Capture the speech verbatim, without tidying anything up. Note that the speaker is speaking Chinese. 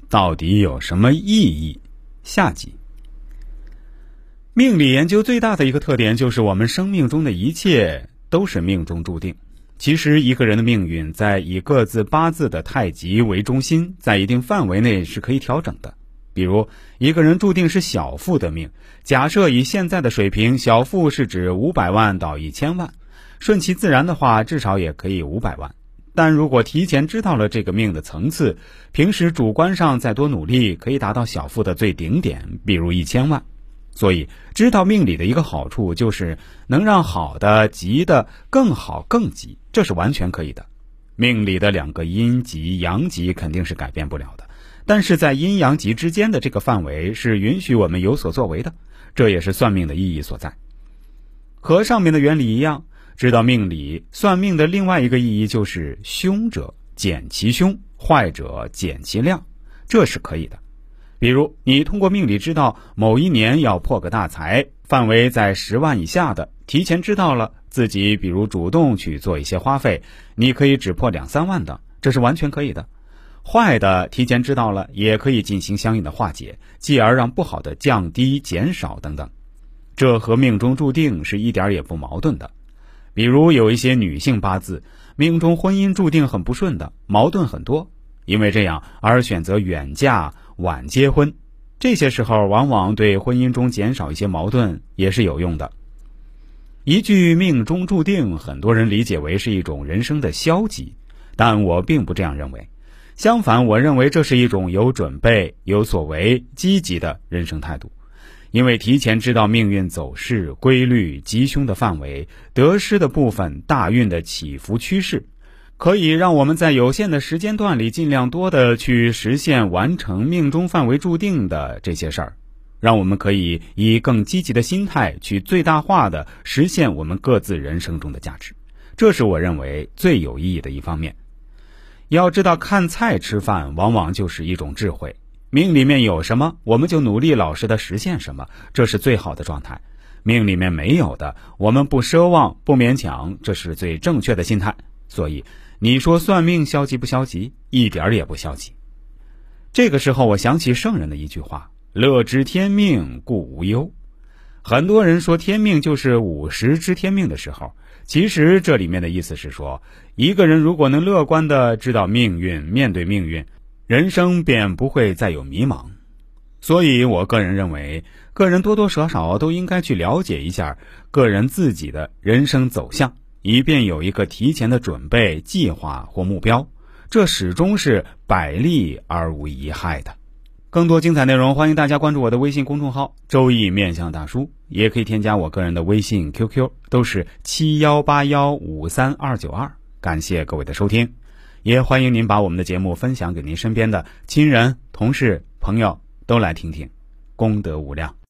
到底有什么意义？下集。命理研究最大的一个特点就是我们生命中的一切都是命中注定。其实一个人的命运在以各自八字的太极为中心，在一定范围内是可以调整的。比如一个人注定是小富的命，假设以现在的水平，小富是指五百万到一千万，顺其自然的话至少也可以五百万。但如果提前知道了这个命的层次，平时主观上再多努力，可以达到小富的最顶点，比如一千万。所以知道命理的一个好处就是能让好的吉的更好更吉，这是完全可以的。命理的两个阴极阳极肯定是改变不了的，但是在阴阳极之间的这个范围是允许我们有所作为的，这也是算命的意义所在。和上面的原理一样，知道命理算命的另外一个意义就是凶者减其凶，坏者减其量，这是可以的。比如你通过命理知道某一年要破个大财，范围在十万以下的，提前知道了自己比如主动去做一些花费，你可以只破两三万的，这是完全可以的。坏的提前知道了，也可以进行相应的化解，继而让不好的降低减少等等，这和命中注定是一点也不矛盾的。比如有一些女性八字命中婚姻注定很不顺的，矛盾很多，因为这样而选择远嫁晚结婚，这些时候往往对婚姻中减少一些矛盾也是有用的。一句命中注定，很多人理解为是一种人生的消极，但我并不这样认为。相反，我认为这是一种有准备有所为积极的人生态度。因为提前知道命运走势规律吉凶的范围，得失的部分大运的起伏趋势，可以让我们在有限的时间段里尽量多的去实现完成命中范围注定的这些事儿，让我们可以以更积极的心态去最大化的实现我们各自人生中的价值，这是我认为最有意义的一方面。要知道看菜吃饭往往就是一种智慧，命里面有什么我们就努力老实的实现什么，这是最好的状态。命里面没有的我们不奢望不勉强，这是最正确的心态。所以你说算命消极不消极？一点也不消极。这个时候我想起圣人的一句话，乐知天命故无忧。很多人说天命就是五十知天命的时候，其实这里面的意思是说，一个人如果能乐观地知道命运，面对命运，人生便不会再有迷茫。所以我个人认为，个人多多少少都应该去了解一下个人自己的人生走向，以便有一个提前的准备计划或目标，这始终是百利而无一害的。更多精彩内容，欢迎大家关注我的微信公众号周易面相大叔，也可以添加我个人的微信 Q Q， 都是七一八一五三二九二。感谢各位的收听，也欢迎您把我们的节目分享给您身边的亲人同事朋友都来听听，功德无量。